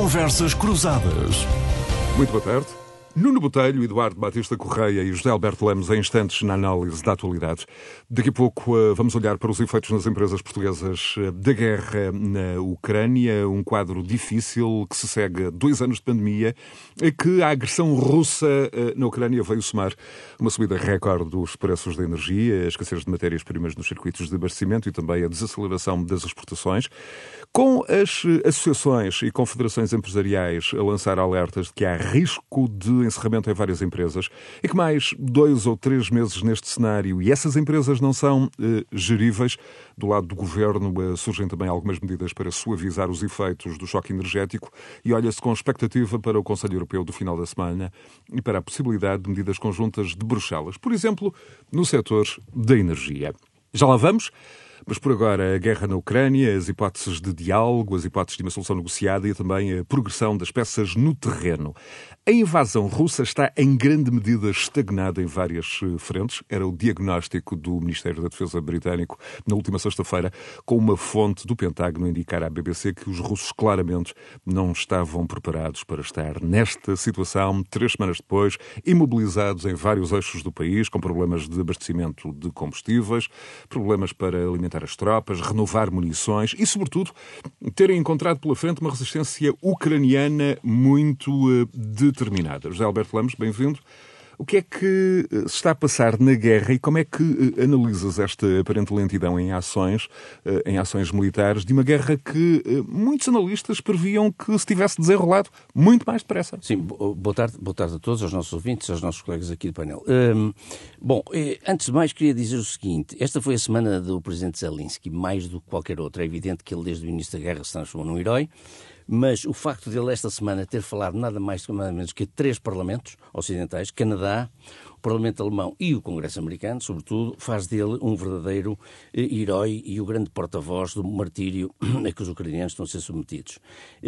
Conversas Cruzadas. Muito boa tarde. Nuno Botelho, Eduardo Batista Correia e José Alberto Lemos em instantes na análise da atualidade. Daqui a pouco vamos olhar para os efeitos nas empresas portuguesas da guerra na Ucrânia, um quadro difícil que se segue a 2 anos de pandemia, que a agressão russa na Ucrânia veio somar uma subida recorde dos preços da energia, a escassez de matérias-primas nos circuitos de abastecimento e também a desaceleração das exportações, com as associações e confederações empresariais a lançar alertas de que há risco de encerramento em várias empresas e que mais 2 ou 3 meses neste cenário e essas empresas não são geríveis. Do lado do governo surgem também algumas medidas para suavizar os efeitos do choque energético e olha-se com expectativa para o Conselho Europeu do final da semana e para a possibilidade de medidas conjuntas de Bruxelas, por exemplo, no setor da energia. Já lá vamos. Mas por agora, a guerra na Ucrânia, as hipóteses de diálogo, as hipóteses de uma solução negociada e também a progressão das peças no terreno. A invasão russa está em grande medida estagnada em várias frentes. Era o diagnóstico do Ministério da Defesa britânico na última sexta-feira, com uma fonte do Pentágono a indicar à BBC que os russos claramente não estavam preparados para estar nesta situação 3 semanas depois, imobilizados em vários eixos do país, com problemas de abastecimento de combustíveis, problemas para alimentar as tropas, renovar munições e, sobretudo, terem encontrado pela frente uma resistência ucraniana muito determinada. José Alberto Lemos, bem-vindo. O que é que se está a passar na guerra e como é que analisas esta aparente lentidão em ações militares de uma guerra que muitos analistas previam que se tivesse desenrolado muito mais depressa? Sim, boa tarde a todos, aos nossos ouvintes, aos nossos colegas aqui do painel. Antes de mais queria dizer o seguinte, esta foi a semana do presidente Zelensky, mais do que qualquer outra. É evidente que ele desde o início da guerra se transformou num herói, mas o facto de ele esta semana ter falado nada mais nada menos que 3 parlamentos ocidentais, Canadá, o Parlamento Alemão e o Congresso Americano, sobretudo, faz dele um verdadeiro herói e o grande porta-voz do martírio a que os ucranianos estão a ser submetidos.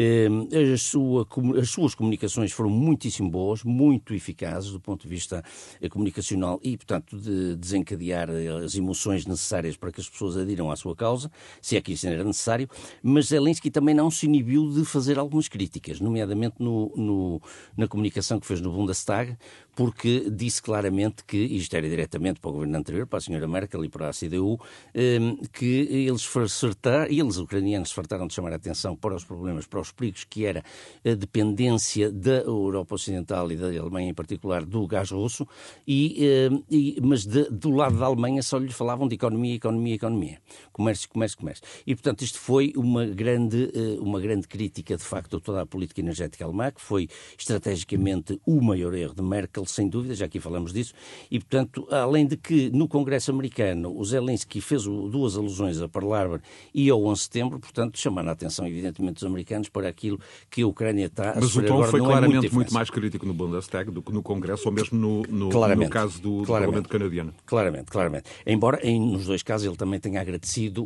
As suas comunicações foram muitíssimo boas, muito eficazes do ponto de vista comunicacional e, portanto, de desencadear as emoções necessárias para que as pessoas adiram à sua causa, se é que isso era necessário, mas Zelensky também não se inibiu de fazer algumas críticas, nomeadamente na comunicação que fez no Bundestag, porque disse claramente que, e isto era diretamente para o governo anterior, para a senhora Merkel e para a CDU, que eles ucranianos, se fartaram de chamar a atenção para os problemas, para os perigos que era a dependência da Europa Ocidental e da Alemanha em particular do gás russo, mas do lado da Alemanha só lhe falavam de economia, comércio. E, portanto, isto foi uma grande crítica, de facto, a toda a política energética alemã, que foi estrategicamente o maior erro de Merkel, sem dúvida, já aqui falamos disso, e, portanto, além de que no Congresso americano o Zelensky fez 2 alusões a Pearl Harbor e ao 11 de setembro, portanto, chamando a atenção, evidentemente, dos americanos para aquilo que a Ucrânia está a sofrer agora. Mas o tom foi claramente muito mais crítico no Bundestag do que no Congresso, ou mesmo no caso do Parlamento canadiano. Claramente. Embora, nos 2 casos, ele também tenha agradecido,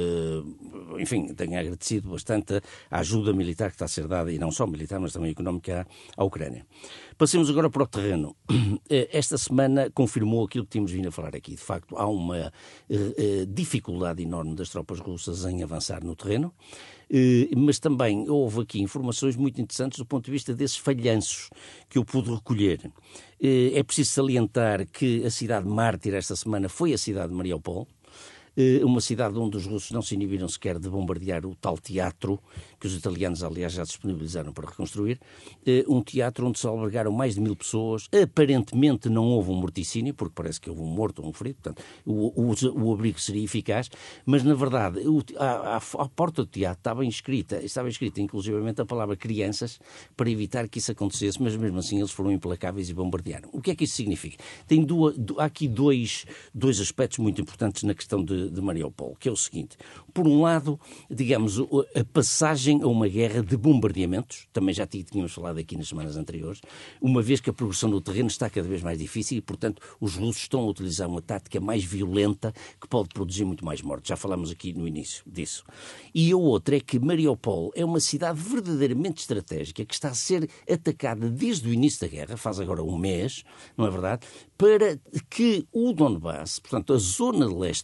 bastante a ajuda militar que está a ser dada, e não só militar, mas também económica à Ucrânia. Passemos agora para o terreno. Esta semana confirmou aquilo que tínhamos vindo a falar aqui. De facto, há uma dificuldade enorme das tropas russas em avançar no terreno, mas também houve aqui informações muito interessantes do ponto de vista desses falhanços que eu pude recolher. É preciso salientar que a cidade mártir esta semana foi a cidade de Mariupol, uma cidade onde os russos não se inibiram sequer de bombardear o tal teatro, que os italianos, aliás, já disponibilizaram para reconstruir, um teatro onde se albergaram mais de 1000 pessoas. Aparentemente não houve um morticínio, porque parece que houve um morto ou um ferido, portanto, o abrigo seria eficaz, mas, na verdade, à porta do teatro estava escrita inclusivamente a palavra crianças, para evitar que isso acontecesse, mas mesmo assim eles foram implacáveis e bombardearam. O que é que isso significa? Há aqui dois aspectos muito importantes na questão de Mariupol, que é o seguinte: por um lado, digamos, a passagem a uma guerra de bombardeamentos, também já tínhamos falado aqui nas semanas anteriores, uma vez que a progressão no terreno está cada vez mais difícil e, portanto, os russos estão a utilizar uma tática mais violenta que pode produzir muito mais mortes. Já falámos aqui no início disso. E a outra é que Mariupol é uma cidade verdadeiramente estratégica que está a ser atacada desde o início da guerra, faz agora um mês, não é verdade, para que o Donbass, portanto, a zona de leste que os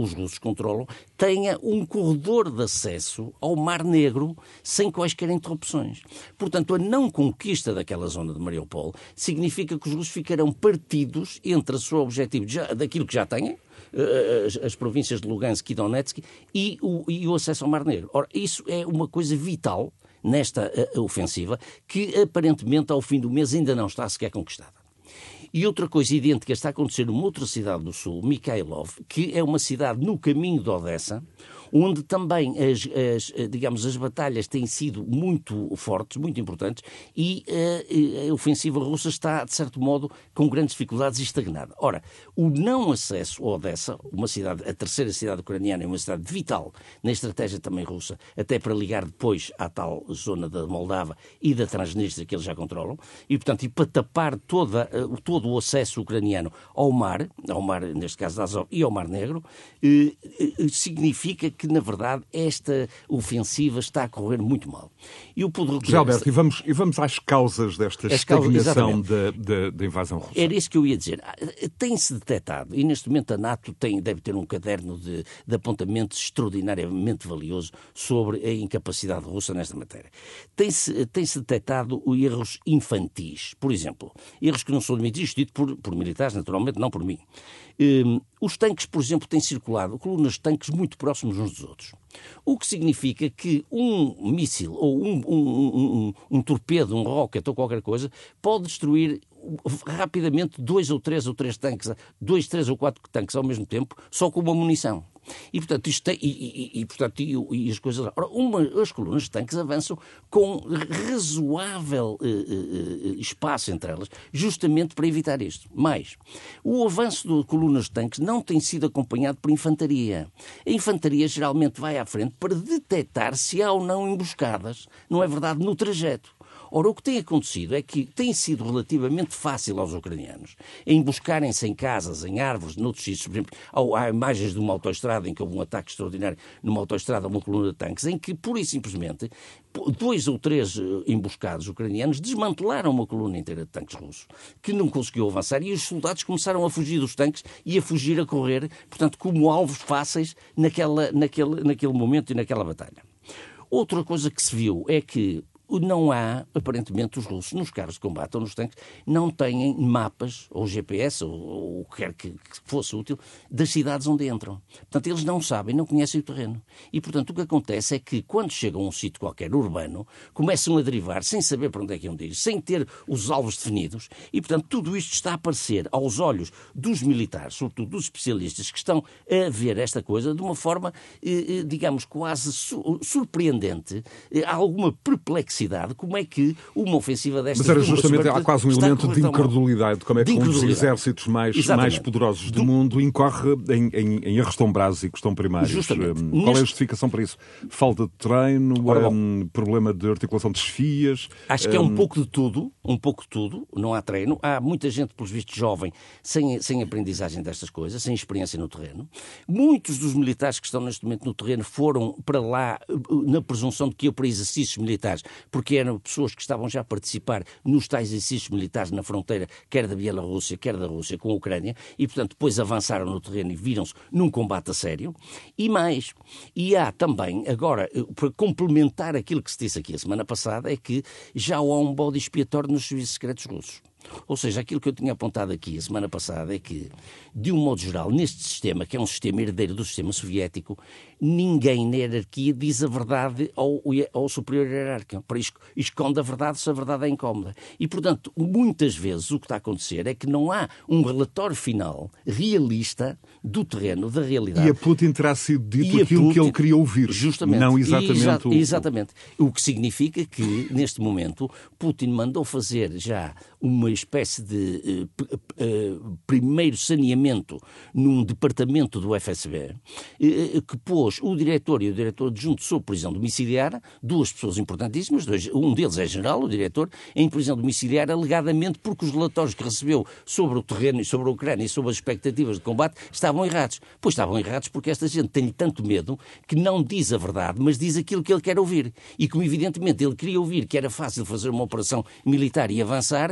os russos controlam, tenha um corredor de acesso ao Mar Negro sem quaisquer interrupções. Portanto, a não conquista daquela zona de Mariupol significa que os russos ficarão partidos entre o seu objetivo daquilo que já têm, as províncias de Lugansk e Donetsk, e o acesso ao Mar Negro. Ora, isso é uma coisa vital nesta ofensiva que, aparentemente, ao fim do mês ainda não está sequer conquistada. E outra coisa idêntica está a acontecer numa outra cidade do sul, Mikhailov, que é uma cidade no caminho de Odessa, onde também as batalhas têm sido muito fortes, muito importantes, e a ofensiva russa está, de certo modo, com grandes dificuldades e estagnada. Ora, o não acesso a Odessa, a terceira cidade ucraniana, é uma cidade vital na estratégia também russa, até para ligar depois à tal zona da Moldava e da Transnistria que eles já controlam, e, portanto, e para tapar todo o acesso ucraniano ao mar, neste caso de Azov, e ao Mar Negro, significa que, na verdade, esta ofensiva está a correr muito mal. José Alberto, e vamos às causas desta estagnação da invasão russa. Era isso que eu ia dizer. Tem-se detectado, e neste momento a NATO deve ter um caderno de apontamentos extraordinariamente valioso sobre a incapacidade russa nesta matéria. Tem-se detectado erros infantis. Por exemplo, erros que não são admitidos, dito por militares, naturalmente, não por mim. Os tanques, por exemplo, têm circulado colunas de tanques muito próximos uns dos outros. O que significa que um míssil ou um torpedo, um rocket ou qualquer coisa pode destruir rapidamente 2 ou 3 tanques, 2, 3 ou 4 tanques ao mesmo tempo, só com uma munição. E, portanto, as coisas... Ora, as colunas de tanques avançam com razoável espaço entre elas, justamente para evitar isto. Mas o avanço de colunas de tanques não tem sido acompanhado por infantaria. A infantaria geralmente vai à frente para detectar se há ou não emboscadas, não é verdade, no trajeto. Ora, o que tem acontecido é que tem sido relativamente fácil aos ucranianos emboscarem-se em casas, em árvores, noutros sítios. Por exemplo, há imagens de uma autoestrada em que houve um ataque extraordinário numa autoestrada a uma coluna de tanques, em que, pura e simplesmente, 2 ou 3 emboscados ucranianos desmantelaram uma coluna inteira de tanques russos, que não conseguiu avançar, e os soldados começaram a fugir dos tanques e a fugir a correr, portanto, como alvos fáceis naquele momento e naquela batalha. Outra coisa que se viu é que não há, aparentemente, os russos, nos carros de combate ou nos tanques, não têm mapas, ou GPS, ou o que quer que fosse útil, das cidades onde entram. Portanto, eles não sabem, não conhecem o terreno. E, portanto, o que acontece é que, quando chegam a um sítio qualquer urbano, começam a derivar, sem saber para onde é que iam ir, sem ter os alvos definidos, e, portanto, tudo isto está a aparecer aos olhos dos militares, sobretudo dos especialistas, que estão a ver esta coisa de uma forma, digamos, quase surpreendente, alguma perplexidade. Como é que uma ofensiva destas... Mas era justamente, há quase um elemento de incredulidade, como é que um dos exércitos mais poderosos do mundo incorre em erros tão básicos, tão primários. Justamente. Qual é a justificação para isso? Falta de treino, problema de articulação de desfias? Acho que é um pouco de tudo, não há treino. Há muita gente, pelos vistos, jovem, sem aprendizagem destas coisas, sem experiência no terreno. Muitos dos militares que estão neste momento no terreno foram para lá na presunção de que iam para exercícios militares, porque eram pessoas que estavam já a participar nos tais exercícios militares na fronteira, quer da Bielorrússia, quer da Rússia, com a Ucrânia, e, portanto, depois avançaram no terreno e viram-se num combate a sério. E há também, agora, para complementar aquilo que se disse aqui a semana passada, é que já há um bode expiatório nos serviços secretos russos. Ou seja, aquilo que eu tinha apontado aqui a semana passada é que, de um modo geral, neste sistema, que é um sistema herdeiro do sistema soviético, ninguém na hierarquia diz a verdade ao superior hierárquico. Para isso, esconde a verdade se a verdade é incómoda. E, portanto, muitas vezes o que está a acontecer é que não há um relatório final realista do terreno, da realidade. E a Putin terá sido dito aquilo que ele queria ouvir. Justamente. Não exatamente Exatamente. O que significa que, neste momento, Putin mandou fazer já uma espécie de primeiro saneamento num departamento do FSB, que pôs o diretor e o diretor adjunto sob prisão domiciliar, 2 pessoas importantíssimas, um deles é general, o diretor, em prisão domiciliar, alegadamente porque os relatórios que recebeu sobre o terreno e sobre a Ucrânia e sobre as expectativas de combate estavam errados. Pois estavam errados porque esta gente tem tanto medo que não diz a verdade, mas diz aquilo que ele quer ouvir. E como evidentemente ele queria ouvir que era fácil fazer uma operação militar e avançar, foi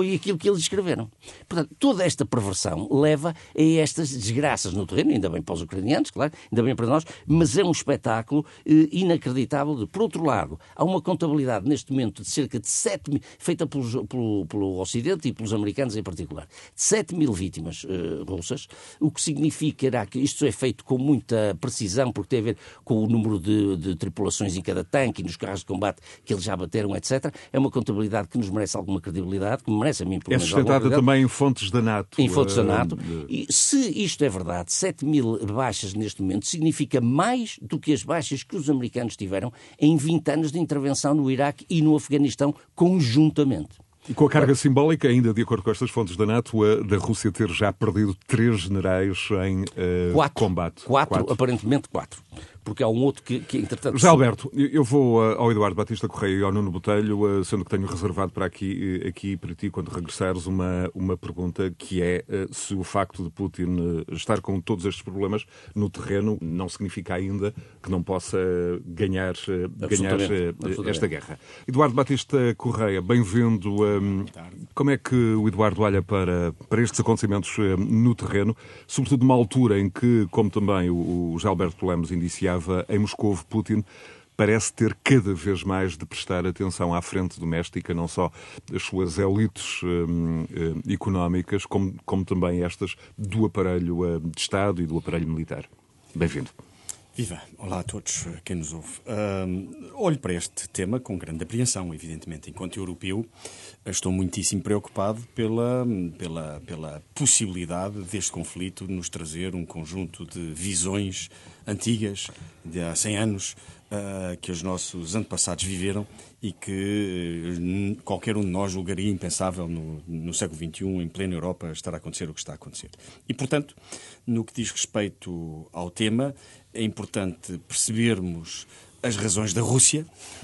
foi aquilo que eles escreveram. Portanto, toda esta perversão leva a estas desgraças no terreno, ainda bem para os ucranianos, claro, ainda bem para nós, mas é um espetáculo inacreditável. Por outro lado, há uma contabilidade neste momento de cerca de 7 mil, feita pelo Ocidente e pelos americanos em particular, de 7 mil vítimas russas, o que significará que isto é feito com muita precisão, porque tem a ver com o número de tripulações em cada tanque e nos carros de combate que eles já bateram, etc. É uma contabilidade que nos merece alguma credibilidade, que me merece a mim, pelo menos, sustentada também em fontes da NATO. Em fontes da NATO. E se isto é verdade, 7 mil baixas neste momento significa mais do que as baixas que os americanos tiveram em 20 anos de intervenção no Iraque e no Afeganistão conjuntamente. E com a carga simbólica, ainda de acordo com estas fontes da NATO, da Rússia ter já perdido 3 generais em combate. Aparentemente 4. Porque há um outro que entretanto... José Alberto, eu vou ao Eduardo Batista Correia e ao Nuno Botelho, sendo que tenho reservado para aqui para ti, quando regressares, uma pergunta que é se o facto de Putin estar com todos estes problemas no terreno não significa ainda que não possa ganhar esta guerra. Eduardo Batista Correia, bem-vindo. Como é que o Eduardo olha para estes acontecimentos no terreno, sobretudo numa altura em que, como também o José Alberto Lemos indiciava, em Moscovo, Putin parece ter cada vez mais de prestar atenção à frente doméstica, não só as suas elites económicas, como também estas do aparelho de Estado e do aparelho militar. Bem-vindo. Viva! Olá a todos quem nos ouve. Olho para este tema com grande apreensão, evidentemente. Enquanto europeu, estou muitíssimo preocupado pela possibilidade deste conflito nos trazer um conjunto de visões antigas, de há 100 anos, que os nossos antepassados viveram e que qualquer um de nós julgaria impensável no século XXI, em plena Europa, estar a acontecer o que está a acontecer. E, portanto, no que diz respeito ao tema, é importante percebermos as razões da Rússia.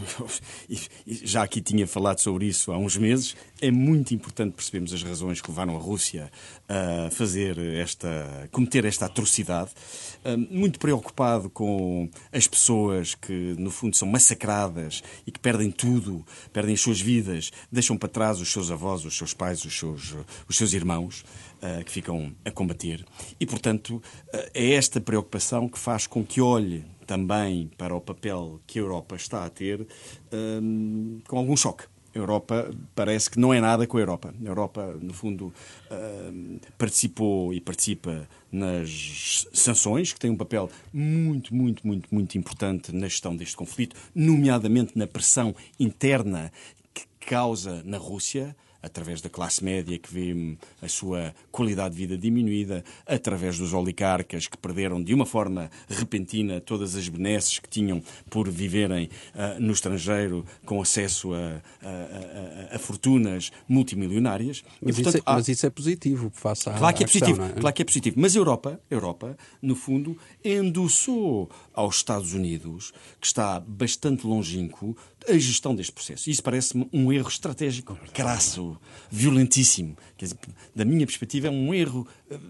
Já aqui tinha falado sobre isso há uns meses. É muito importante percebermos as razões que levaram a Rússia a cometer esta atrocidade. Muito preocupado com as pessoas que, no fundo, são massacradas e que perdem tudo, perdem as suas vidas, deixam para trás os seus avós, os seus pais, os seus irmãos, que ficam a combater. E, portanto, é esta preocupação que faz com que olhe também para o papel que a Europa está a ter com algum choque. A Europa parece que não é nada com a Europa. A Europa, no fundo, participou e participa nas sanções, que têm um papel muito, muito, muito, muito importante na gestão deste conflito, nomeadamente na pressão interna que causa na Rússia, através da classe média que vê a sua qualidade de vida diminuída, através dos oligarcas que perderam de uma forma repentina todas as benesses que tinham por viverem no estrangeiro com acesso a fortunas multimilionárias. Mas isso é positivo face à Claro que é positivo, questão, não é? Claro que é positivo. Mas a Europa, no fundo, endossou aos Estados Unidos, que está bastante longínquo, a gestão deste processo. Isso parece-me um erro estratégico, crasso, violentíssimo. Quer dizer, da minha perspectiva, é um erro,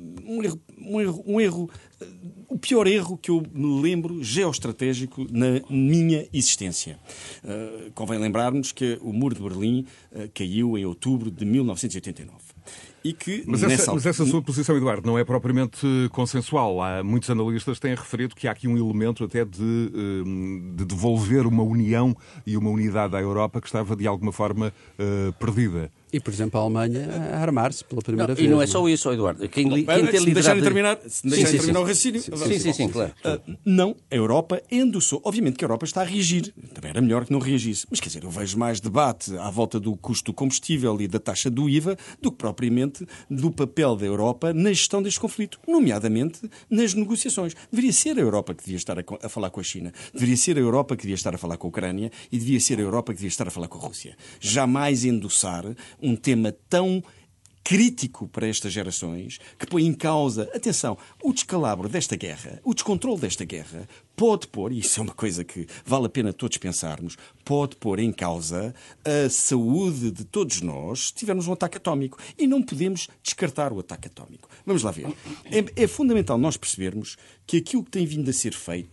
o pior erro que eu me lembro geoestratégico na minha existência. Convém lembrarmos que o Muro de Berlim caiu em outubro de 1989. E que, mas essa sua posição, Eduardo, não é propriamente consensual. Há muitos analistas que têm referido que há aqui um elemento até de devolver uma união e uma unidade à Europa que estava de alguma forma perdida. E, por exemplo, a Alemanha a armar-se pela primeira vez. E não é só isso, Eduardo. Quem tem liderado... deixarem terminar o raciocínio. Sim, claro. Não, a Europa endossou. Obviamente que a Europa está a reagir. Também era melhor que não reagisse. Mas, quer dizer, eu vejo mais debate à volta do custo do combustível e da taxa do IVA do que propriamente do papel da Europa na gestão deste conflito, nomeadamente nas negociações. Deveria ser a Europa que devia estar a falar com a China. Deveria ser a Europa que devia estar a falar com a Ucrânia e devia ser a Europa que devia estar a falar com a Rússia. Jamais endossar um tema tão crítico para estas gerações, que põe em causa, atenção, o descalabro desta guerra, o descontrole desta guerra, pode pôr, e isso é uma coisa que vale a pena todos pensarmos, pode pôr em causa a saúde de todos nós se tivermos um ataque atómico. E não podemos descartar o ataque atómico. Vamos lá ver. É fundamental nós percebermos que aquilo que tem vindo a ser feito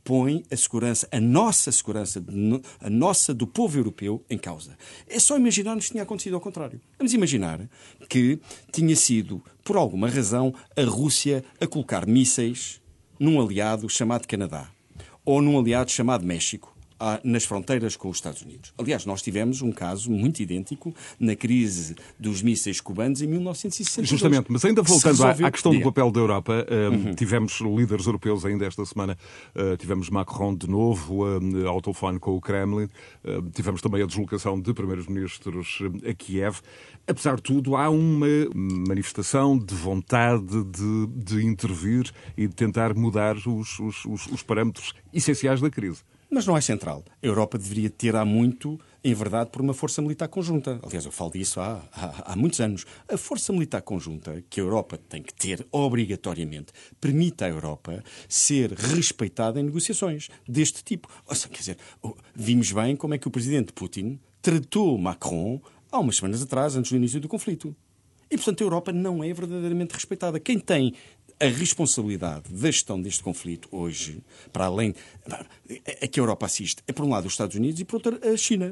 põe a segurança, a nossa segurança, a nossa do povo europeu em causa. É só imaginarmos que tinha acontecido ao contrário. Vamos imaginar que tinha sido, por alguma razão, a Rússia a colocar mísseis num aliado chamado Canadá ou num aliado chamado México, nas fronteiras com os Estados Unidos. Aliás, nós tivemos um caso muito idêntico na crise dos mísseis cubanos em 1962. Justamente, mas ainda voltando à questão do papel da Europa, tivemos líderes europeus ainda esta semana, tivemos Macron de novo ao telefone com o Kremlin, tivemos também a deslocação de primeiros-ministros a Kiev. Apesar de tudo, há uma manifestação de vontade de intervir e de tentar mudar os parâmetros essenciais da crise. Mas não é central. A Europa deveria ter há muito, em verdade, por uma força militar conjunta. Aliás, eu falo disso há muitos anos. A força militar conjunta que a Europa tem que ter, obrigatoriamente, permite à Europa ser respeitada em negociações deste tipo. Ou seja, quer dizer, vimos bem como é que o presidente Putin tratou Macron há umas semanas atrás, antes do início do conflito. E, portanto, a Europa não é verdadeiramente respeitada. Quem tem a responsabilidade da gestão deste conflito hoje, para além a que a Europa assiste, é por um lado os Estados Unidos e por outro a China.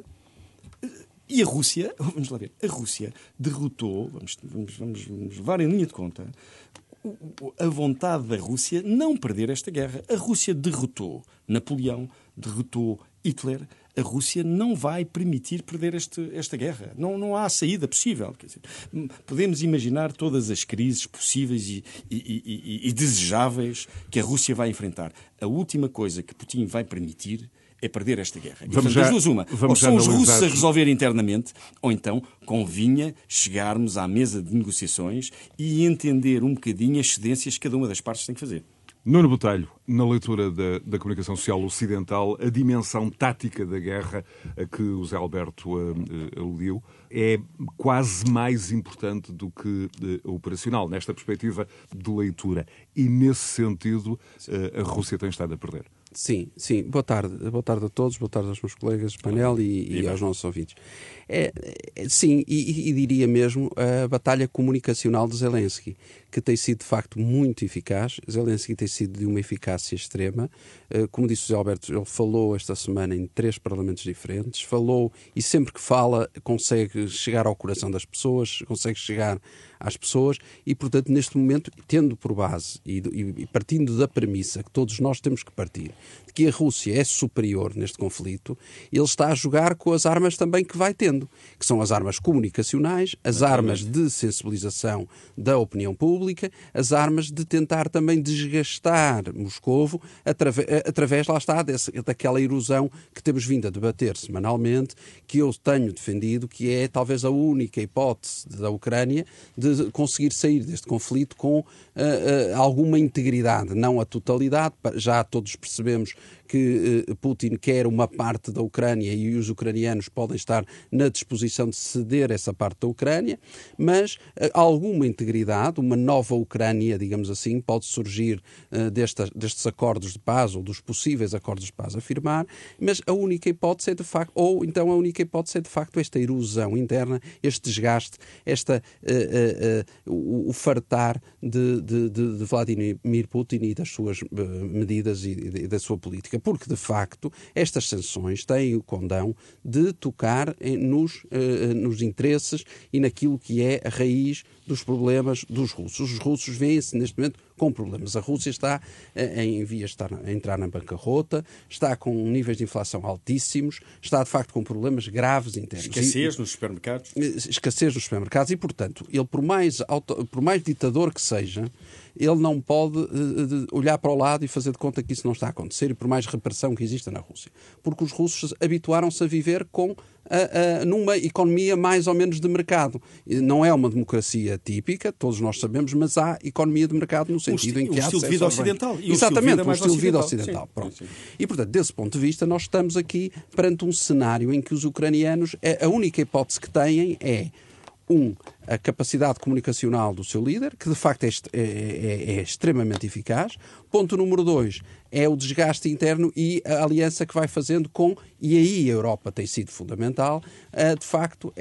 E a Rússia, vamos lá ver, a Rússia derrotou, vamos levar em linha de conta, a vontade da Rússia não perder esta guerra. A Rússia derrotou Napoleão, derrotou Hitler. A Rússia não vai permitir perder esta guerra. Não há saída possível. Quer dizer, podemos imaginar todas as crises possíveis e desejáveis que a Rússia vai enfrentar. A última coisa que Putin vai permitir é perder esta guerra. E, portanto, das duas uma. Ou são os russos a resolver internamente, ou então convinha chegarmos à mesa de negociações e entender um bocadinho as cedências que cada uma das partes tem que fazer. Nuno Botelho, na leitura da comunicação social ocidental, a dimensão tática da guerra a que o Zé Alberto aludiu é quase mais importante do que a operacional, nesta perspectiva de leitura. E, nesse sentido, a Rússia tem estado a perder. Sim. Boa tarde a todos, boa tarde aos meus colegas de painel e aos nossos ouvintes. Sim, e diria mesmo a batalha comunicacional de Zelensky, que tem sido de facto muito eficaz. Zelensky tem sido de uma eficácia extrema. Como disse o José Alberto, ele falou esta semana em 3 parlamentos diferentes, falou e sempre que fala consegue chegar ao coração das pessoas, consegue chegar às pessoas e, portanto, neste momento, tendo por base e partindo da premissa que todos nós temos que partir, de que a Rússia é superior neste conflito, ele está a jogar com as armas também que vai tendo, que são as armas comunicacionais, as armas de sensibilização da opinião pública, as armas de tentar também desgastar Moscovo através, lá está, daquela erosão que temos vindo a debater semanalmente, que eu tenho defendido, que é talvez a única hipótese da Ucrânia de conseguir sair deste conflito com alguma integridade, não a totalidade. Já todos percebemos que Putin quer uma parte da Ucrânia e os ucranianos podem estar na disposição de ceder essa parte da Ucrânia, mas alguma integridade, uma nova Ucrânia, digamos assim, pode surgir destes acordos de paz ou dos possíveis acordos de paz a firmar, mas a única hipótese é de facto, ou então a única hipótese é de facto esta erosão interna, este desgaste, o fartar de Vladimir Putin e das suas medidas e da sua política. Porque, de facto, estas sanções têm o condão de tocar nos interesses e naquilo que é a raiz dos problemas dos russos. Os russos veem-se, neste momento, com problemas. A Rússia está em vias de estar a entrar na bancarrota, está com níveis de inflação altíssimos, está, de facto, com problemas graves internos. Escassez nos supermercados. Escassez nos supermercados e, portanto, ele, por mais ditador que seja, ele não pode olhar para o lado e fazer de conta que isso não está a acontecer, e por mais repressão que exista na Rússia. Porque os russos habituaram-se a viver numa economia mais ou menos de mercado. Não é uma democracia típica, todos nós sabemos, mas há economia de mercado no sentido em que há estilo de vida ocidental. Exatamente, o estilo de vida ocidental. Sim. E, portanto, desse ponto de vista, nós estamos aqui perante um cenário em que os ucranianos, a única hipótese que têm é a capacidade comunicacional do seu líder, que de facto é extremamente eficaz. Ponto número 2 é o desgaste interno e a aliança que vai fazendo com, e aí a Europa tem sido fundamental, de facto,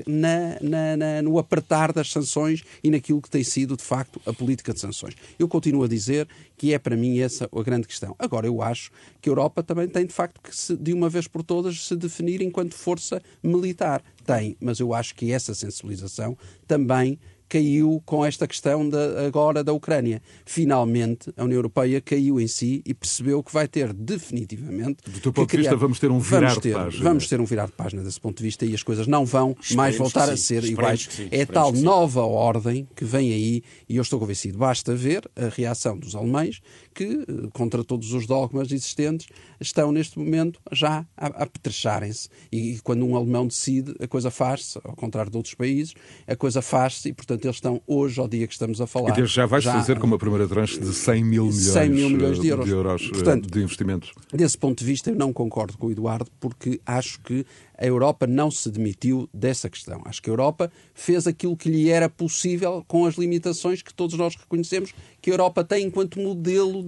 no apertar das sanções e naquilo que tem sido, de facto, a política de sanções. Eu continuo a dizer que é, para mim, essa a grande questão. Agora, eu acho que a Europa também tem, de facto, que, de uma vez por todas, se definir enquanto força militar. Tem, mas eu acho que essa sensibilização também caiu com esta questão agora da Ucrânia. Finalmente, a União Europeia caiu em si e percebeu que vai ter definitivamente... Do teu ponto de vista, vamos ter um virar de página. Vamos ter um virar de página desse ponto de vista e as coisas não vão mais voltar a ser iguais. É tal nova ordem que vem aí e eu estou convencido. Basta ver a reação dos alemães que, contra todos os dogmas existentes, estão neste momento já a apetrecharem-se. E quando um alemão decide, a coisa faz-se, ao contrário de outros países, a coisa faz-se e, portanto, eles estão hoje, ao dia que estamos a falar... E desde já vai-se fazer com uma primeira tranche de 100 mil milhões de euros portanto, de investimentos. Desse ponto de vista, eu não concordo com o Eduardo, porque acho que a Europa não se demitiu dessa questão. Acho que a Europa fez aquilo que lhe era possível com as limitações que todos nós reconhecemos que a Europa tem enquanto modelo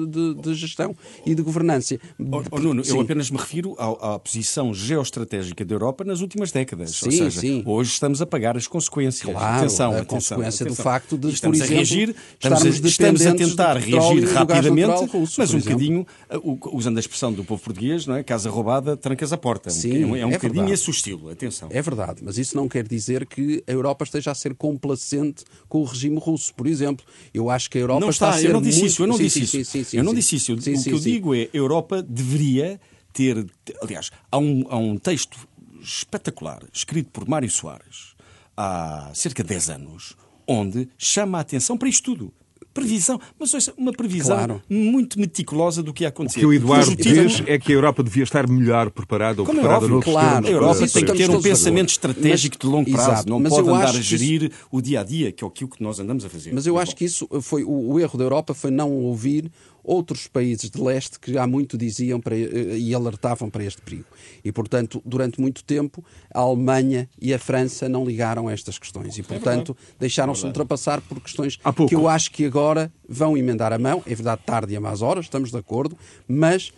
de gestão e de governança. Nuno, eu apenas me refiro à posição geoestratégica da Europa nas últimas décadas. Sim, ou seja, sim. Hoje estamos a pagar as consequências. Claro, a consequência do facto de, estamos por exemplo, a reagir, estamos a tentar reagir rapidamente, russo, mas um bocadinho, usando a expressão do povo português, não é? Casa roubada, trancas a porta. Sim, é um bocadinho verdade. esse o estilo, atenção. É verdade, mas isso não quer dizer que a Europa esteja a ser complacente com o regime russo, por exemplo. Eu acho que a Europa está a ser eu não disse muito... isso, eu não disse isso. Sim, eu não disse isso. O que eu digo é, a Europa deveria ter... Aliás, há um texto espetacular, escrito por Mário Soares, há cerca de 10 anos, onde chama a atenção para isto tudo. Previsão, mas uma previsão muito meticulosa do que ia acontecer. O que o Eduardo diz é que a Europa devia estar melhor preparada ou preparada noutros termos. A Europa tem que ter um pensamento estratégico de longo prazo, não pode andar a gerir o dia-a-dia, que é aquilo que nós andamos a fazer. Mas eu acho que isso foi o erro da Europa, foi não ouvir outros países de leste que há muito diziam e alertavam para este perigo. E, portanto, durante muito tempo, a Alemanha e a França não ligaram a estas questões. E, portanto, deixaram-se ultrapassar por questões que eu acho que agora vão emendar a mão. É verdade, tarde e a más horas, estamos de acordo, mas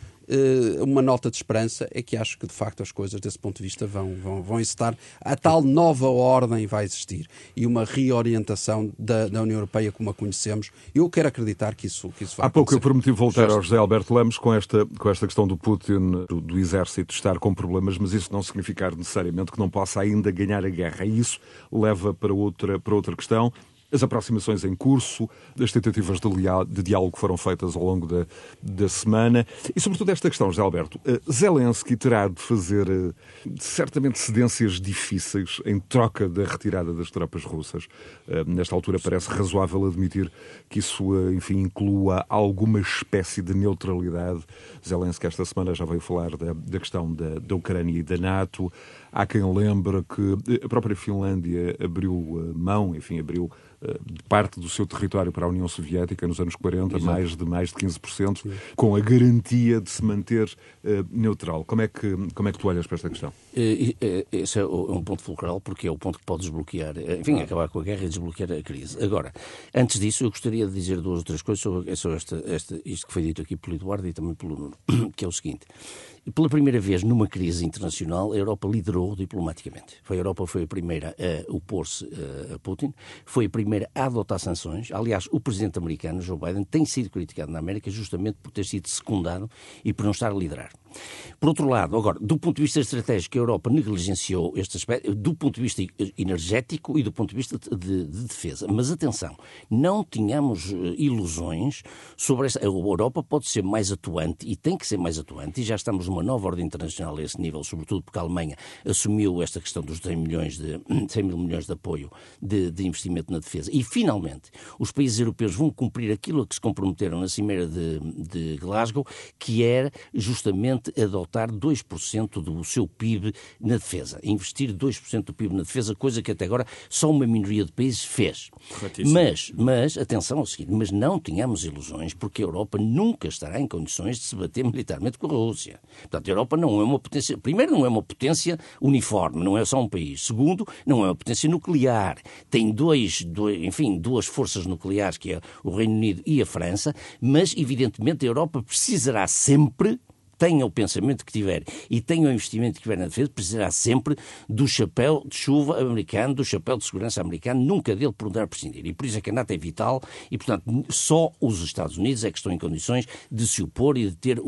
uma nota de esperança é que acho que, de facto, as coisas, desse ponto de vista, vão excitar. A tal nova ordem vai existir e uma reorientação da União Europeia como a conhecemos. Eu quero acreditar que isso vai acontecer. Há pouco eu prometi voltar ao José Alberto Lemos com esta questão do Putin, do exército estar com problemas, mas isso não significar necessariamente que não possa ainda ganhar a guerra. E isso leva para outra questão. As aproximações em curso, as tentativas de diálogo que foram feitas ao longo da semana e, sobretudo, esta questão, José Alberto. Zelensky terá de fazer, certamente, cedências difíceis em troca da retirada das tropas russas. Nesta altura, parece razoável admitir que isso, enfim, inclua alguma espécie de neutralidade. Zelensky, esta semana, já veio falar da questão da Ucrânia e da NATO. Há quem lembre que a própria Finlândia abriu mão, abriu de parte do seu território para a União Soviética nos anos 40, mais de 15%, sim, com a garantia de se manter neutral. Como é que tu olhas para esta questão? Esse é um ponto fulcral, porque é o ponto que pode desbloquear, acabar com a guerra e desbloquear a crise. Agora, antes disso, eu gostaria de dizer duas ou três coisas sobre isto que foi dito aqui pelo Eduardo e também pelo Nuno, que é o seguinte. Pela primeira vez numa crise internacional, a Europa liderou diplomaticamente. A Europa foi a primeira a opor-se a Putin, foi a primeira a adotar sanções. Aliás, o presidente americano, Joe Biden, tem sido criticado na América justamente por ter sido secundado e por não estar a liderar. Por outro lado, agora, do ponto de vista estratégico, a Europa negligenciou este aspecto, do ponto de vista energético e do ponto de vista de defesa. Mas atenção, não tínhamos ilusões sobre esta. A Europa pode ser mais atuante e tem que ser mais atuante, e já estamos numa nova ordem internacional a esse nível, sobretudo porque a Alemanha assumiu esta questão dos 100 mil milhões de apoio de investimento na defesa. E, finalmente, os países europeus vão cumprir aquilo a que se comprometeram na Cimeira de Glasgow, que era justamente finalmente adotar 2% do seu PIB na defesa. Investir 2% do PIB na defesa, coisa que até agora só uma minoria de países fez. Mas, atenção ao seguinte, mas não tenhamos ilusões, porque a Europa nunca estará em condições de se bater militarmente com a Rússia. Portanto, a Europa não é uma potência... Primeiro, não é uma potência uniforme, não é só um país. Segundo, não é uma potência nuclear. Tem duas forças nucleares, que é o Reino Unido e a França, mas, evidentemente, a Europa precisará sempre, tenha o pensamento que tiver e tenha o investimento que tiver na defesa, precisará sempre do chapéu de chuva americano, do chapéu de segurança americano, nunca dele poderá prescindir. E por isso é que a NATO é vital e, portanto, só os Estados Unidos é que estão em condições de se opor e de ter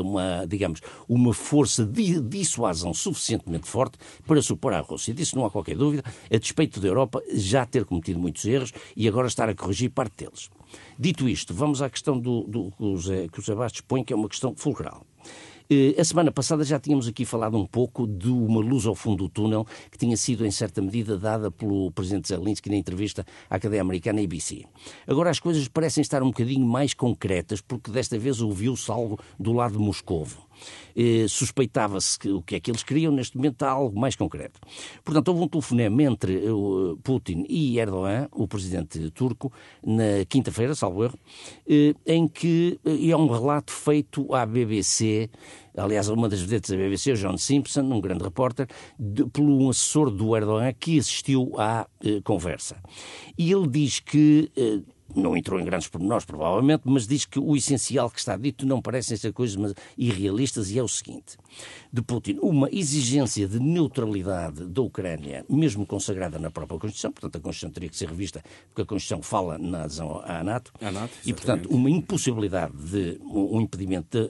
uma força de dissuasão suficientemente forte para se opor à Rússia. Disso não há qualquer dúvida, a despeito da Europa já ter cometido muitos erros e agora estar a corrigir parte deles. Dito isto, vamos à questão que o José Bastos põe, que é uma questão fulcral. A semana passada já tínhamos aqui falado um pouco de uma luz ao fundo do túnel que tinha sido, em certa medida, dada pelo presidente Zelensky na entrevista à cadeia americana ABC. Agora as coisas parecem estar um bocadinho mais concretas, porque desta vez ouviu-se algo do lado de Moscovo. Suspeitava-se que o que é que eles queriam, neste momento há algo mais concreto. Portanto, houve um telefonema entre Putin e Erdogan, o presidente turco, na quinta-feira, salvo erro, em que é um relato feito à BBC, aliás, uma das vedetas da BBC, o John Simpson, um grande repórter, por um assessor do Erdogan que assistiu à conversa. E ele diz que... não entrou em grandes pormenores, provavelmente, mas diz que o essencial que está dito não parecem ser coisas irrealistas e é o seguinte. De Putin, uma exigência de neutralidade da Ucrânia, mesmo consagrada na própria Constituição, portanto a Constituição teria que ser revista, porque a Constituição fala na adesão à NATO, e portanto uma impossibilidade, um impedimento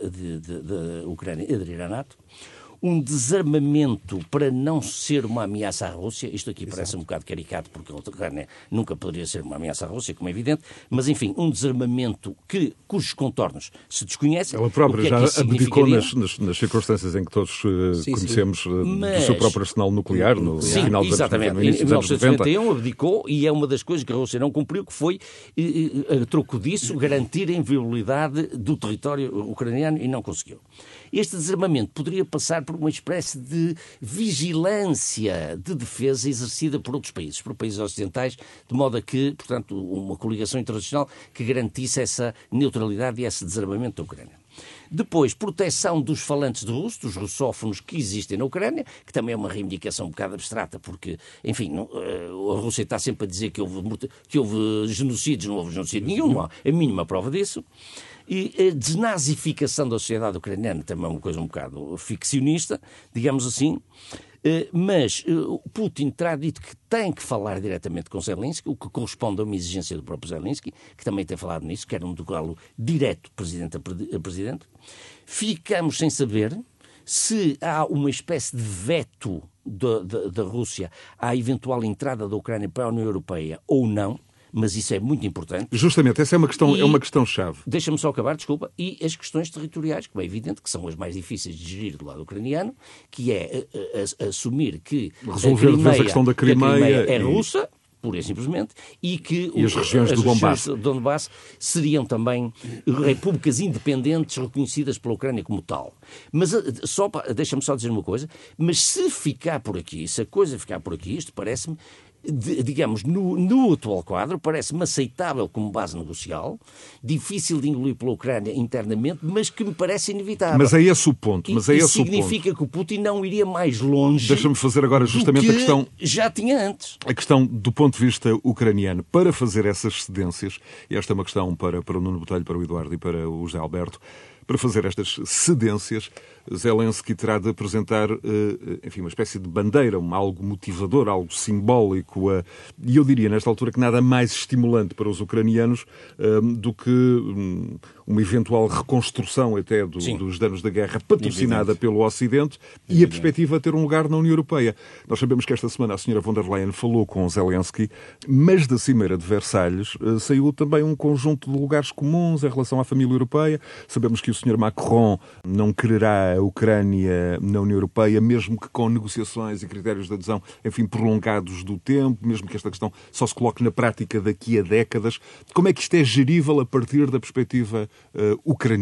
da Ucrânia aderir à NATO, um desarmamento para não ser uma ameaça à Rússia. Isto aqui parece um bocado caricato, porque a Ucrânia nunca poderia ser uma ameaça à Rússia, como é evidente, mas enfim, um desarmamento cujos contornos se desconhecem. Ela própria já abdicou nas circunstâncias em que todos conhecemos do seu próprio arsenal nuclear, no final dos anos 90. Em 1991 abdicou, e é uma das coisas que a Rússia não cumpriu, que foi, a troco disso, garantir a inviolabilidade do território ucraniano, e não conseguiu. Este desarmamento poderia passar por uma espécie de vigilância de defesa exercida por outros países, por países ocidentais, de modo a que, portanto, uma coligação internacional que garantisse essa neutralidade e esse desarmamento da Ucrânia. Depois, proteção dos falantes de russo, dos russófonos que existem na Ucrânia, que também é uma reivindicação um bocado abstrata, porque, enfim, a Rússia está sempre a dizer que houve genocídios, não houve genocídio nenhum, não há a mínima prova disso. E a desnazificação da sociedade ucraniana também é uma coisa um bocado ficcionista, digamos assim, mas Putin terá dito que tem que falar diretamente com Zelensky, o que corresponde a uma exigência do próprio Zelensky, que também tem falado nisso, quer um diálogo direto presidente a presidente. Ficamos sem saber se há uma espécie de veto da Rússia à eventual entrada da Ucrânia para a União Europeia ou não. Mas isso é muito importante. Justamente, essa é uma questão-chave. Deixa-me só acabar, desculpa. E as questões territoriais, como é evidente, que são as mais difíceis de gerir do lado ucraniano, que é assumir que resolver a questão da Crimeia é russa, pura e simplesmente, e que as regiões do Donbass seriam também repúblicas independentes reconhecidas pela Ucrânia como tal. Mas deixa-me só dizer uma coisa, mas se a coisa ficar por aqui, isto parece-me, digamos, no atual quadro, parece-me aceitável como base negocial, difícil de engolir pela Ucrânia internamente, mas que me parece inevitável. Mas é esse o ponto. Significa que o Putin não iria mais longe. Deixa-me fazer agora justamente a questão. Já tinha antes. A questão do ponto de vista ucraniano, para fazer essas cedências, e esta é uma questão para o Nuno Botelho, para o Eduardo e para o José Alberto, para fazer estas cedências, Zelensky terá de apresentar, enfim, uma espécie de bandeira, algo motivador, algo simbólico. E eu diria, nesta altura, que nada mais estimulante para os ucranianos do que uma eventual reconstrução até dos danos da guerra patrocinada pelo Ocidente e a perspectiva de ter um lugar na União Europeia. Nós sabemos que esta semana a senhora von der Leyen falou com Zelensky, mas da Cimeira de Versalhes saiu também um conjunto de lugares comuns em relação à família europeia. Sabemos que o Sr. Macron não quererá a Ucrânia na União Europeia, mesmo que com negociações e critérios de adesão, enfim, prolongados do tempo, mesmo que esta questão só se coloque na prática daqui a décadas. Como é que isto é gerível a partir da perspectiva ucraniana?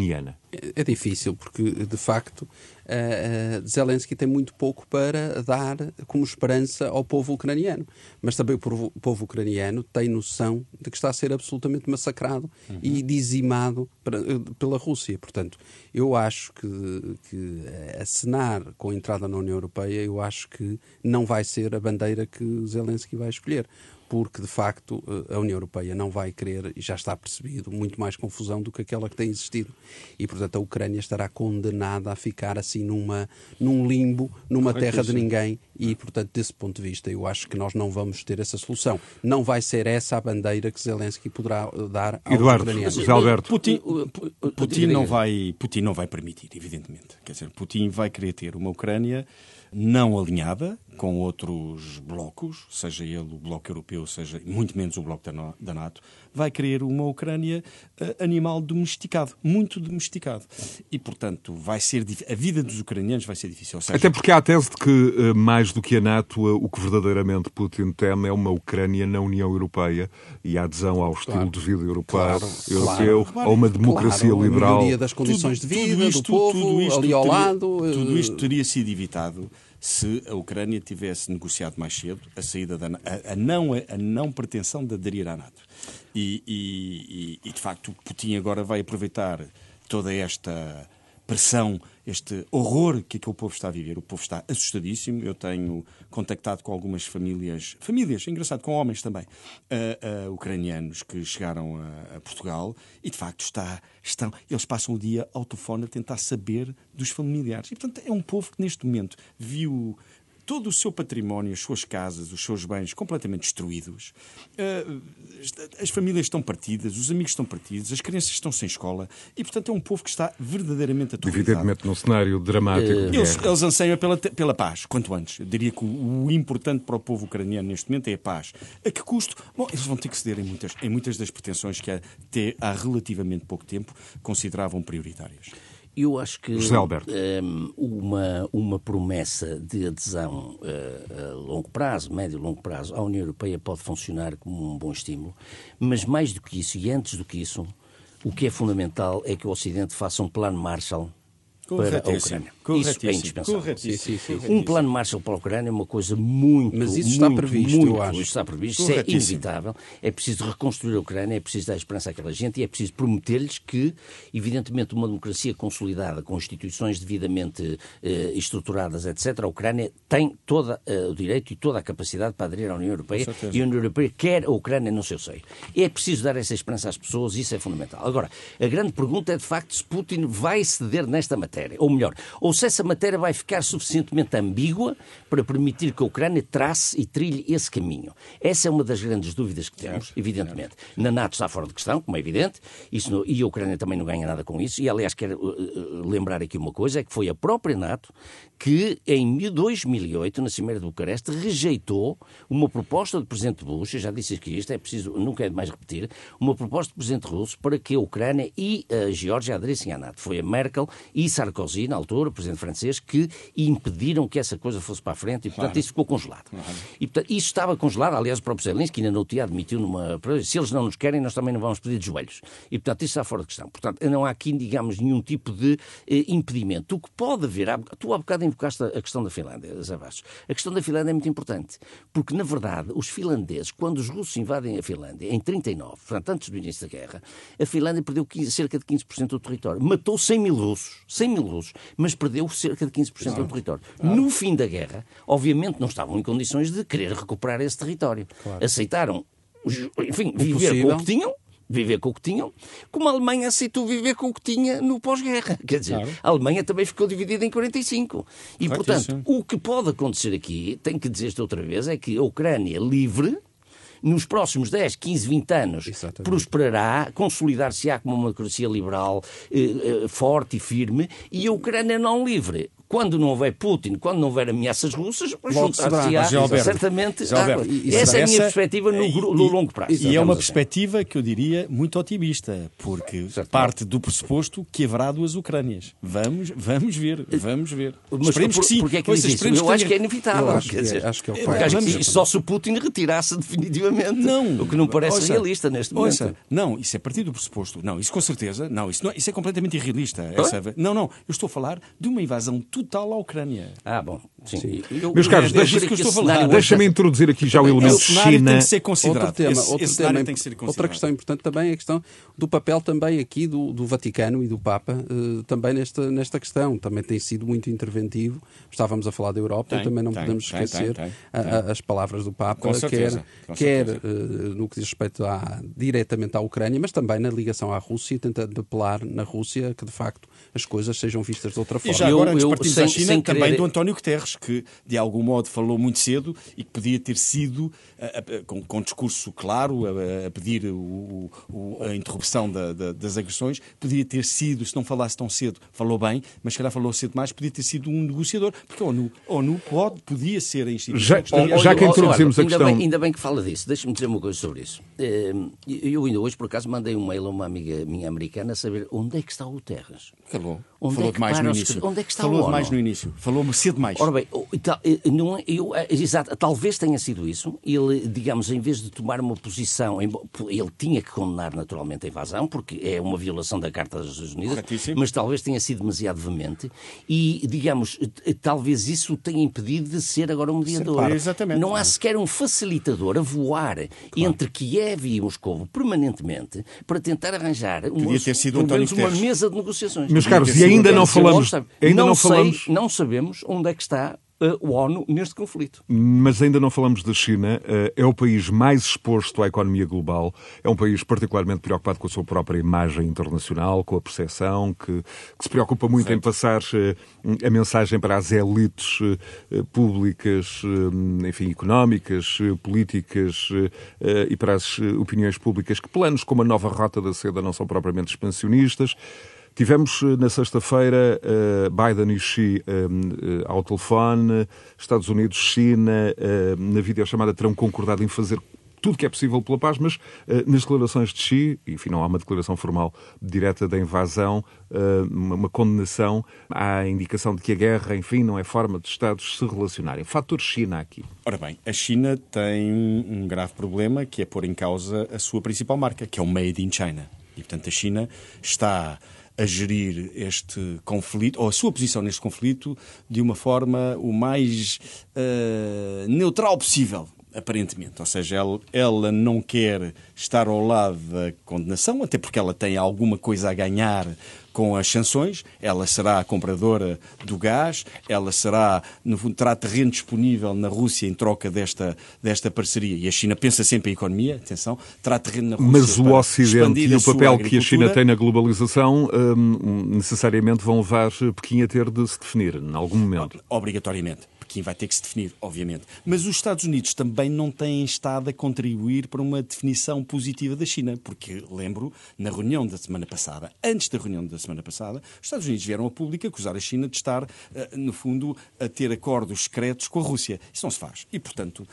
É difícil, porque, de facto, Zelensky tem muito pouco para dar como esperança ao povo ucraniano. Mas também o povo ucraniano tem noção de que está a ser absolutamente massacrado e dizimado pela Rússia. Portanto, eu acho que acenar com a entrada na União Europeia, eu acho que não vai ser a bandeira que Zelensky vai escolher. Porque, de facto, a União Europeia não vai querer, e já está percebido, muito mais confusão do que aquela que tem existido. E, portanto, a Ucrânia estará condenada a ficar assim num limbo, numa terra de ninguém. E, portanto, desse ponto de vista, eu acho que nós não vamos ter essa solução. Não vai ser essa a bandeira que Zelensky poderá dar aos ucranianos. José Alberto. Putin não vai permitir, evidentemente. Quer dizer, Putin vai querer ter uma Ucrânia não alinhada com outros blocos, seja ele o bloco europeu, seja muito menos o bloco da NATO, vai querer uma Ucrânia animal domesticado, muito domesticado. E, portanto, a vida dos ucranianos vai ser difícil. Ou seja, até porque há a tese de que, mais do que a NATO, o que verdadeiramente Putin teme é uma Ucrânia na União Europeia e a adesão ao estilo de vida europeu, a uma democracia liberal. A melhoria das condições de vida do povo, ali ao lado. Tudo isto teria sido evitado se a Ucrânia tivesse negociado mais cedo a saída a não pretensão de aderir à NATO. E, de facto, Putin agora vai aproveitar toda esta pressão, este horror que aquele povo está a viver. O povo está assustadíssimo. Eu tenho contactado com algumas famílias, engraçado, com homens também, ucranianos que chegaram a Portugal e, de facto, eles passam o dia ao telefone a tentar saber dos familiares. E, portanto, é um povo que, neste momento, viu todo o seu património, as suas casas, os seus bens completamente destruídos. As famílias estão partidas, os amigos estão partidos, as crianças estão sem escola e, portanto, é um povo que está verdadeiramente aterrorizado. Evidentemente, num cenário dramático. Eles anseiam pela paz, quanto antes. Eu diria que o importante para o povo ucraniano neste momento é a paz. A que custo? Bom, eles vão ter que ceder em muitas das pretensões que até há relativamente pouco tempo consideravam prioritárias. Eu acho que uma promessa de adesão a longo prazo, médio e longo prazo, à União Europeia pode funcionar como um bom estímulo, mas mais do que isso e antes do que isso, o que é fundamental é que o Ocidente faça um plano Marshall para a Ucrânia. Isso é indispensável. Um plano Marshall para a Ucrânia é uma coisa muito... Mas isso está previsto, eu acho. Isso está previsto, isso é inevitável. É preciso reconstruir a Ucrânia, é preciso dar esperança àquela gente e é preciso prometer-lhes que, evidentemente, uma democracia consolidada, com instituições devidamente estruturadas, etc., a Ucrânia tem todo o direito e toda a capacidade para aderir à União Europeia e a União Europeia quer a Ucrânia no seu seio. É preciso dar essa esperança às pessoas e isso é fundamental. Agora, a grande pergunta é, de facto, se Putin vai ceder nesta matéria. Ou melhor, ou se essa matéria vai ficar suficientemente ambígua para permitir que a Ucrânia trace e trilhe esse caminho. Essa é uma das grandes dúvidas que temos, evidentemente. Na NATO está fora de questão, como é evidente, e a Ucrânia também não ganha nada com isso. E, aliás, quero lembrar aqui uma coisa, é que foi a própria NATO que, em 2008, na Cimeira de Bucareste, rejeitou uma proposta do Presidente Bush, eu já disse aqui isto, é preciso, nunca é demais repetir, uma proposta do Presidente russo para que a Ucrânia e a Geórgia aderissem à NATO. Foi a Merkel e Sarkozy, na altura, o Presidente francês, que impediram que essa coisa fosse para a frente e, portanto, isso ficou congelado. E, portanto, isso estava congelado, aliás, o próprio Zelensky ainda no outro dia admitiu se eles não nos querem, nós também não vamos pedir de joelhos. E, portanto, isso está fora de questão. Portanto, não há aqui, digamos, nenhum tipo de impedimento. O que pode haver, tu há bocado invocaste a questão da Finlândia, Zé Vasco. A questão da Finlândia é muito importante, porque, na verdade, os finlandeses, quando os russos invadem a Finlândia, em 1939, portanto, antes do início da guerra, a Finlândia perdeu cerca de 15% do território. Matou 100 mil russos, mas perdeu cerca de 15% do território. No fim da guerra, obviamente não estavam em condições de querer recuperar esse território. Aceitaram, enfim, viver com o que tinham, como a Alemanha aceitou viver com o que tinha no pós-guerra. Quer dizer, a Alemanha também ficou dividida em 45. E, portanto, o que pode acontecer aqui, tenho que dizer isto outra vez, é que a Ucrânia livre, nos próximos 10, 15, 20 anos, prosperará, consolidar-se-á como uma democracia liberal forte e firme, e a Ucrânia não livre quando não houver Putin, quando não houver ameaças russas, juntar-se-á certamente. Essa é a minha perspectiva no longo prazo. E é uma perspectiva que eu diria muito otimista, porque parte do pressuposto que haverá 2 Ucrânias. Vamos ver. Mas esperemos que sim. Porque é que diz isso? Eu acho que é inevitável. Acho que é o só se o Putin retirasse definitivamente. Não. O que não parece realista neste momento. Não, isso é partir do pressuposto. Não, isso com certeza. Não, isso é completamente irrealista. Não, eu estou a falar de uma invasão total à Ucrânia. Bom. Sim. Meus caros, deixa-me introduzir aqui já o elemento China. Tem que ser considerado. Outra questão importante também é a questão do papel também aqui do Vaticano e do Papa, também nesta questão. Também tem sido muito interventivo. Estávamos a falar da Europa e também não podemos esquecer as palavras do Papa, quer no que diz respeito diretamente à Ucrânia, mas também na ligação à Rússia, tentando apelar na Rússia que, de facto, as coisas sejam vistas de outra forma. E já agora, antes de partirmos à China, também do António Guterres, que de algum modo falou muito cedo e que podia ter sido, com discurso claro, a pedir a interrupção das agressões, podia ter sido, se não falasse tão cedo, falou bem, mas se calhar falou cedo mais, podia ter sido um negociador, porque a ONU podia ser a instituição. Já que introduzimos a questão... Ainda bem que fala disso. Deixa-me dizer uma coisa sobre isso. Eu ainda hoje, por acaso, mandei um mail a uma amiga minha americana a saber onde é que está o Guterres. Falou demais no início. Onde é que está falou o ONU? demais no início. Falou-me cedo demais. Ora bem, exato, talvez tenha sido isso. Ele, digamos, em vez de tomar uma posição, ele tinha que condenar naturalmente a invasão, porque é uma violação da Carta das Nações Unidas, mas talvez tenha sido demasiado veemente e, digamos, talvez isso o tenha impedido de ser agora um mediador. Exatamente. Não há sequer um facilitador a voar entre Kiev e Moscou permanentemente para tentar arranjar uma mesa de negociações. Meus caros, e ainda não falamos... Não sabemos onde é que está o ONU neste conflito. Mas ainda não falamos da China. É o país mais exposto à economia global. É um país particularmente preocupado com a sua própria imagem internacional, com a percepção, que se preocupa muito em passar a mensagem para as elites públicas, enfim, económicas, políticas e para as opiniões públicas que planos como a nova Rota da Seda não são propriamente expansionistas. Tivemos na sexta-feira Biden e Xi ao telefone, Estados Unidos, China, na videochamada terão concordado em fazer tudo que é possível pela paz, mas nas declarações de Xi, enfim, não há uma declaração formal direta da invasão, uma condenação, há a indicação de que a guerra, enfim, não é forma de Estados se relacionarem. Fator China aqui. Ora bem, a China tem um grave problema, que é pôr em causa a sua principal marca, que é o Made in China. E, portanto, a China está a gerir este conflito, ou a sua posição neste conflito, de uma forma o mais neutral possível, aparentemente. Ou seja, ela não quer estar ao lado da condenação, até porque ela tem alguma coisa a ganhar com as sanções. Ela será a compradora do gás, ela será, no fundo, terá terreno disponível na Rússia em troca desta parceria. E a China pensa sempre em economia, atenção, terá terreno na Rússia. Mas o Ocidente e o papel que a China tem na globalização necessariamente vão levar Pequim a ter de se definir, em algum momento. Obrigatoriamente. Pequim vai ter que se definir, obviamente. Mas os Estados Unidos também não têm estado a contribuir para uma definição positiva da China, porque, lembro, na reunião da semana passada, antes da reunião da semana passada, os Estados Unidos vieram a público acusar a China de estar, no fundo, a ter acordos secretos com a Rússia. Isso não se faz. E, portanto,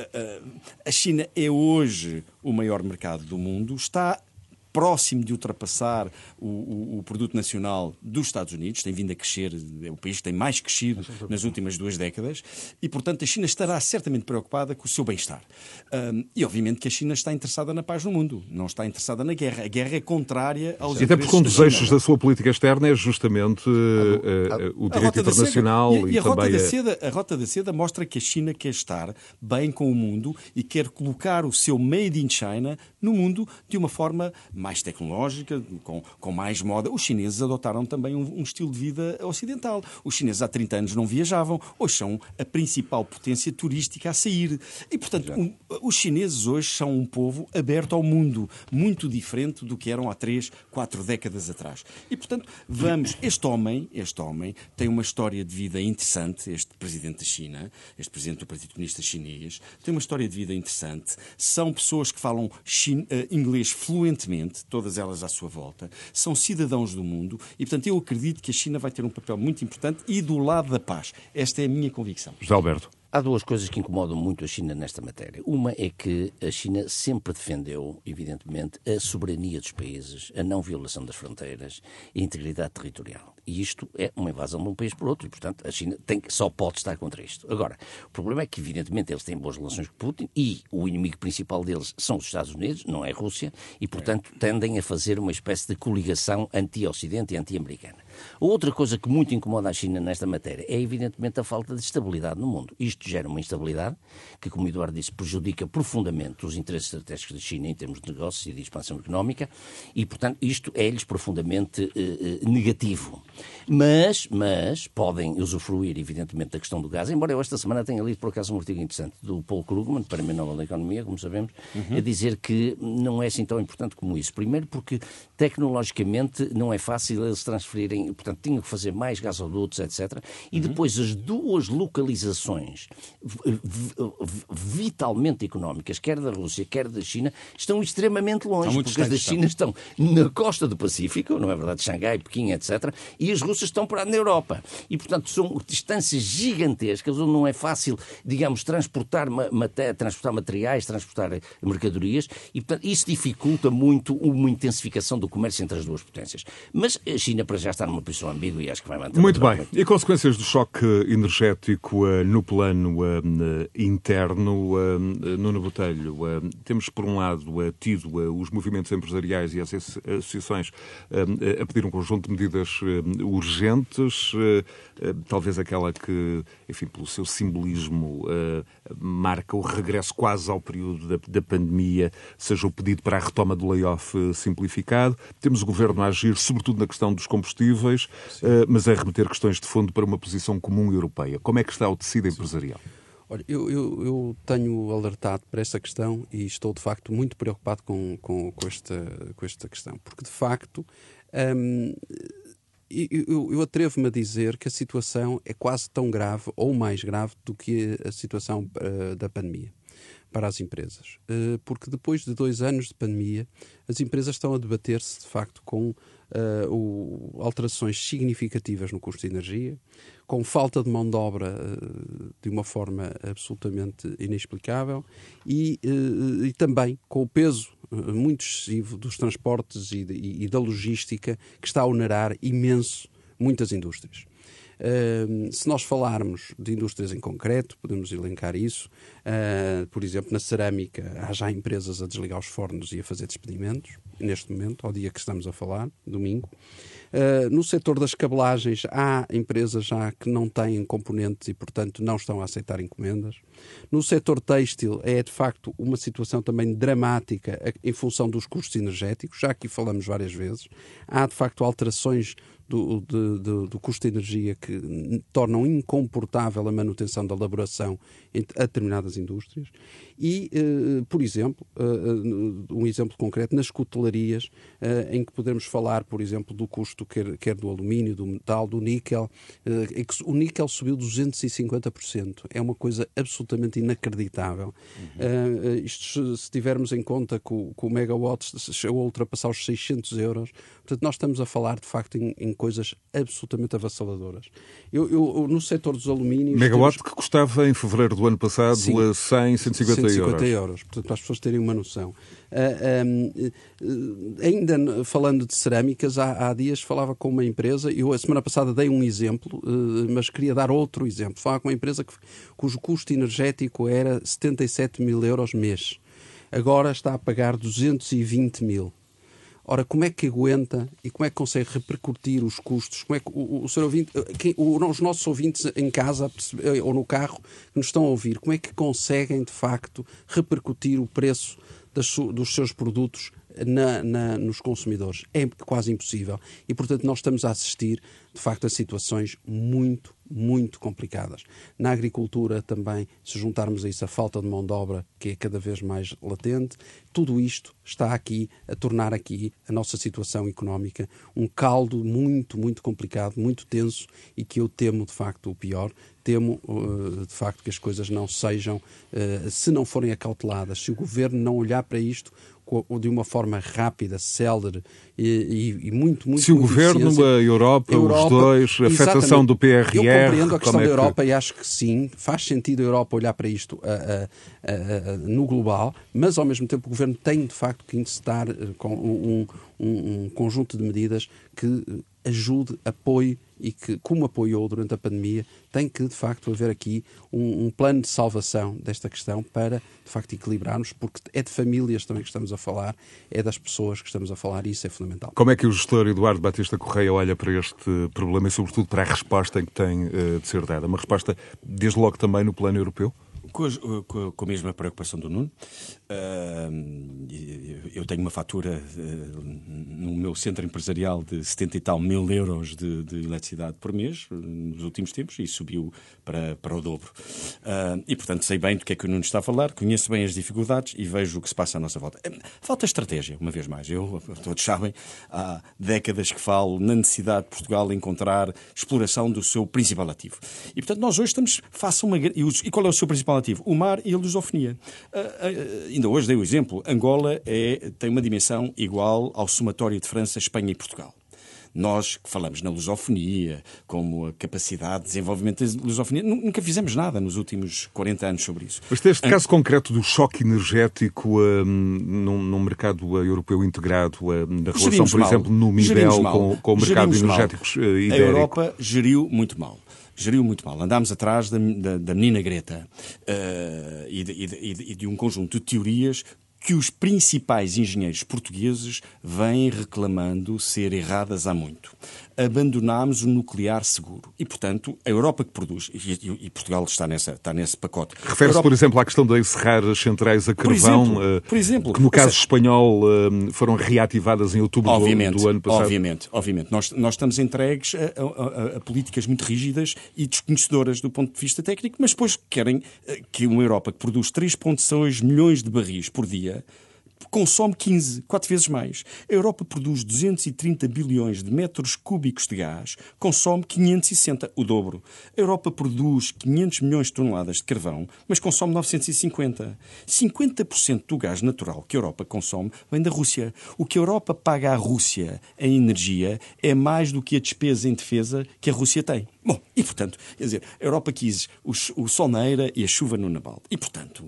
a China é hoje o maior mercado do mundo, está próximo de ultrapassar o produto nacional dos Estados Unidos, tem vindo a crescer, é o país que tem mais crescido nas últimas 2 décadas, e, portanto, a China estará certamente preocupada com o seu bem-estar. E, obviamente, que a China está interessada na paz no mundo, não está interessada na guerra. A guerra é contrária aos interesses da China. Até porque um dos eixos da sua política externa é justamente o direito internacional e também a Rota da Seda mostra que a China quer estar bem com o mundo e quer colocar o seu Made in China no mundo de uma forma mais tecnológica, com mais moda. Os chineses adotaram também um estilo de vida ocidental. Os chineses há 30 anos não viajavam, hoje são a principal potência turística a sair. E, portanto, os chineses hoje são um povo aberto ao mundo, muito diferente do que eram há 3, 4 décadas atrás. E, portanto, este homem tem uma história de vida interessante, este presidente da China, este presidente do Partido Comunista Chinês, tem uma história de vida interessante. São pessoas que falam inglês fluentemente. gente, todas elas à sua volta, são cidadãos do mundo e, portanto, eu acredito que a China vai ter um papel muito importante e do lado da paz. Esta é a minha convicção. José Alberto. Há duas coisas que incomodam muito a China nesta matéria. Uma é que a China sempre defendeu, evidentemente, a soberania dos países, a não violação das fronteiras e a integridade territorial. E isto é uma invasão de um país por outro e, portanto, a China só pode estar contra isto. Agora, o problema é que, evidentemente, eles têm boas relações com Putin e o inimigo principal deles são os Estados Unidos, não é a Rússia, e, portanto, tendem a fazer uma espécie de coligação anti-Ocidente e anti-americana. Outra coisa que muito incomoda a China nesta matéria é, evidentemente, a falta de estabilidade no mundo. Isto gera uma instabilidade que, como o Eduardo disse, prejudica profundamente os interesses estratégicos da China em termos de negócios e de expansão económica e, portanto, isto é-lhes profundamente negativo. Mas podem usufruir, evidentemente, da questão do gás, embora eu esta semana tenha lido, por acaso, um artigo interessante do Paul Krugman, para mim Nobel da Economia, como sabemos, a dizer que não é assim tão importante como isso. Primeiro porque, tecnologicamente, não é fácil eles transferirem, portanto, tinham que fazer mais gasodutos, etc. E depois as duas localizações vitalmente económicas, quer da Rússia, quer da China, estão extremamente longe, porque as da China estão na costa do Pacífico, não é verdade, Xangai, Pequim, etc., e as russas estão para na Europa. E, portanto, são distâncias gigantescas, onde não é fácil, digamos, transportar materiais, transportar mercadorias, e, portanto, isso dificulta muito uma intensificação do comércio entre as duas potências. Mas a China, para já, está numa posição ambígua e acho que vai manter. Muito bem. E consequências do choque energético no plano interno, Nuno Botelho? Temos, por um lado, tido os movimentos empresariais e as associações a pedir um conjunto de medidas urgentes, talvez aquela que, enfim, pelo seu simbolismo, marca o regresso quase ao período da pandemia, seja o pedido para a retoma do layoff simplificado. Temos o Governo a agir, sobretudo na questão dos combustíveis, mas a remeter questões de fundo para uma posição comum europeia. Como é que está o tecido empresarial? Olha, eu tenho alertado para esta questão e estou, de facto, muito preocupado com esta questão. Porque, de facto, eu atrevo-me a dizer que a situação é quase tão grave ou mais grave do que a situação da pandemia para as empresas. Porque depois de 2 anos de pandemia, as empresas estão a debater-se, de facto, com alterações significativas no custo de energia, com falta de mão de obra de uma forma absolutamente inexplicável e também com o peso muito excessivo dos transportes e da logística que está a onerar imenso muitas indústrias. Se nós falarmos de indústrias em concreto, podemos elencar isso. Por exemplo, na cerâmica, há já empresas a desligar os fornos e a fazer despedimentos, neste momento, ao dia que estamos a falar, domingo. No setor das cabelagens, há empresas já que não têm componentes e, portanto, não estão a aceitar encomendas. No setor têxtil, é de facto uma situação também dramática em função dos custos energéticos, já aqui falamos várias vezes. Há, de facto, alterações do custo de energia que tornam incomportável a manutenção da elaboração a determinadas indústrias. E, por exemplo, um exemplo concreto, nas cutelarias, em que podemos falar, por exemplo, do custo quer do alumínio, do metal, do níquel, em que o níquel subiu 250%. É uma coisa absolutamente inacreditável. Isto, se tivermos em conta que o megawatt chegou a ultrapassar os 600 euros, portanto, nós estamos a falar, de facto, em coisas absolutamente avassaladoras. Eu no setor dos alumínios... Megawatt que custava, em fevereiro do ano passado, sim, a 150 euros. Portanto, para as pessoas terem uma noção. Ainda falando de cerâmicas, há dias falava com uma empresa, eu a semana passada dei um exemplo, mas queria dar outro exemplo. Falava com uma empresa cujo custo energético era 77 mil euros mês. Agora está a pagar 220 mil. Ora, como é que aguenta e como é que consegue repercutir os custos? Como é que o seu ouvinte, os nossos ouvintes em casa ou no carro que nos estão a ouvir, como é que conseguem, de facto, repercutir o preço dos seus produtos nos consumidores? É quase impossível. E, portanto, nós estamos a assistir, de facto, a situações muito, muito complicadas. Na agricultura também, se juntarmos a isso a falta de mão de obra, que é cada vez mais latente, tudo isto está aqui a tornar aqui a nossa situação económica um caldo muito, muito complicado, muito tenso e que eu temo, de facto, o pior. Temo, de facto, que as coisas não sejam, se não forem acauteladas, se o Governo não olhar para isto de uma forma rápida, célere e muito Se o Governo, a Europa, os dois, a afetação do PRR... Eu compreendo a questão da Europa e acho que sim, faz sentido a Europa olhar para isto no global, mas ao mesmo tempo o Governo tem de facto que incitar com um conjunto de medidas que ajude, apoie e que, como apoiou durante a pandemia, tem que de facto haver aqui um plano de salvação desta questão para de facto equilibrarmos, porque é de famílias também que estamos a falar, é das pessoas que estamos a falar e isso é fundamental. Como é que o gestor Eduardo Batista Correia olha para este problema e sobretudo para a resposta que tem de ser dada? Uma resposta desde logo também no plano europeu? Com a mesma preocupação do Nuno. Eu tenho uma fatura no meu centro empresarial de 70 e tal mil euros de eletricidade por mês nos últimos tempos e subiu para o dobro. E, portanto, sei bem do que é que o Nuno está a falar, conheço bem as dificuldades e vejo o que se passa à nossa volta. Falta estratégia, uma vez mais. Todos sabem, há décadas que falo na necessidade de Portugal encontrar exploração do seu principal ativo. E, portanto, nós hoje estamos face a uma... E qual é o seu principal ativo? O mar e a lusofonia. Ainda hoje dei o exemplo. Angola tem uma dimensão igual ao somatório de França, Espanha e Portugal. Nós que falamos na lusofonia, como a capacidade de desenvolvimento da lusofonia, nunca fizemos nada nos últimos 40 anos sobre isso. Mas este caso concreto do choque energético num mercado europeu integrado, na relação, por exemplo, no MIBEL com o mercado de energéticos ibérico. A Europa geriu muito mal. Andámos atrás da menina Greta e de um conjunto de teorias que os principais engenheiros portugueses vêm reclamando ser erradas há muito. Abandonámos o nuclear seguro. E, portanto, a Europa que produz, e Portugal está nesse pacote. Refere-se, por exemplo, à questão de encerrar as centrais a carvão, por exemplo, que no caso espanhol foram reativadas em outubro do ano passado. Obviamente. Nós estamos entregues a políticas muito rígidas e desconhecedoras do ponto de vista técnico, mas depois querem que uma Europa que produz 3,6 milhões de barris por dia consome 4 vezes mais. A Europa produz 230 bilhões de metros cúbicos de gás, consome 560, o dobro. A Europa produz 500 milhões de toneladas de carvão, mas consome 950. 50% do gás natural que a Europa consome vem da Rússia. O que a Europa paga à Rússia em energia é mais do que a despesa em defesa que a Rússia tem. Bom, e portanto, quer dizer, a Europa quis o sol na eira e a chuva no nabalde. E portanto...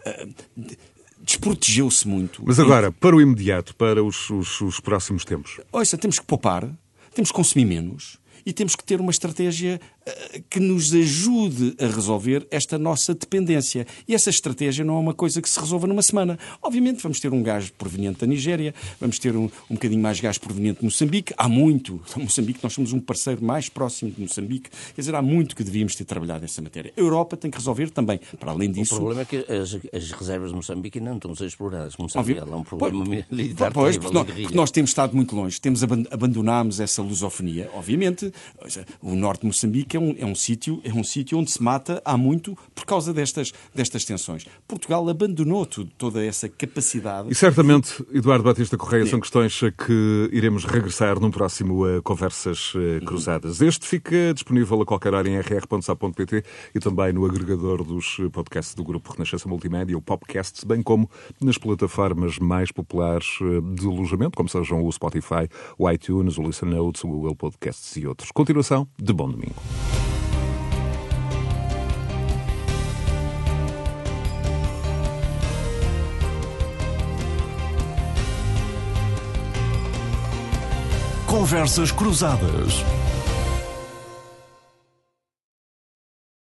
desprotegeu-se muito. Mas agora, para o imediato, para os próximos tempos? Ouça, temos que poupar, temos que consumir menos e temos que ter uma estratégia que nos ajude a resolver esta nossa dependência. E essa estratégia não é uma coisa que se resolva numa semana. Obviamente vamos ter um gás proveniente da Nigéria, vamos ter um bocadinho mais gás proveniente de Moçambique. Há muito. Moçambique, nós somos um parceiro mais próximo de Moçambique. Quer dizer, há muito que devíamos ter trabalhado nessa matéria. A Europa tem que resolver também. Para além disso... O problema é que as reservas de Moçambique não estão a ser exploradas. Moçambique é um problema militar. Pois, porque nós temos estado muito longe. Abandonámos essa lusofonia. Obviamente, o norte de Moçambique é um sítio onde se mata há muito por causa destas tensões. Portugal abandonou toda essa capacidade. E certamente, Eduardo Batista Correia, são questões a que iremos regressar num próximo Conversas Cruzadas. Este fica disponível a qualquer hora em rr.sa.pt e também no agregador dos podcasts do Grupo Renascença Multimédia, o Popcast, bem como nas plataformas mais populares de alojamento, como sejam o Spotify, o iTunes, o Listen Notes, o Google Podcasts e outros. Continuação de bom domingo. Conversas Cruzadas.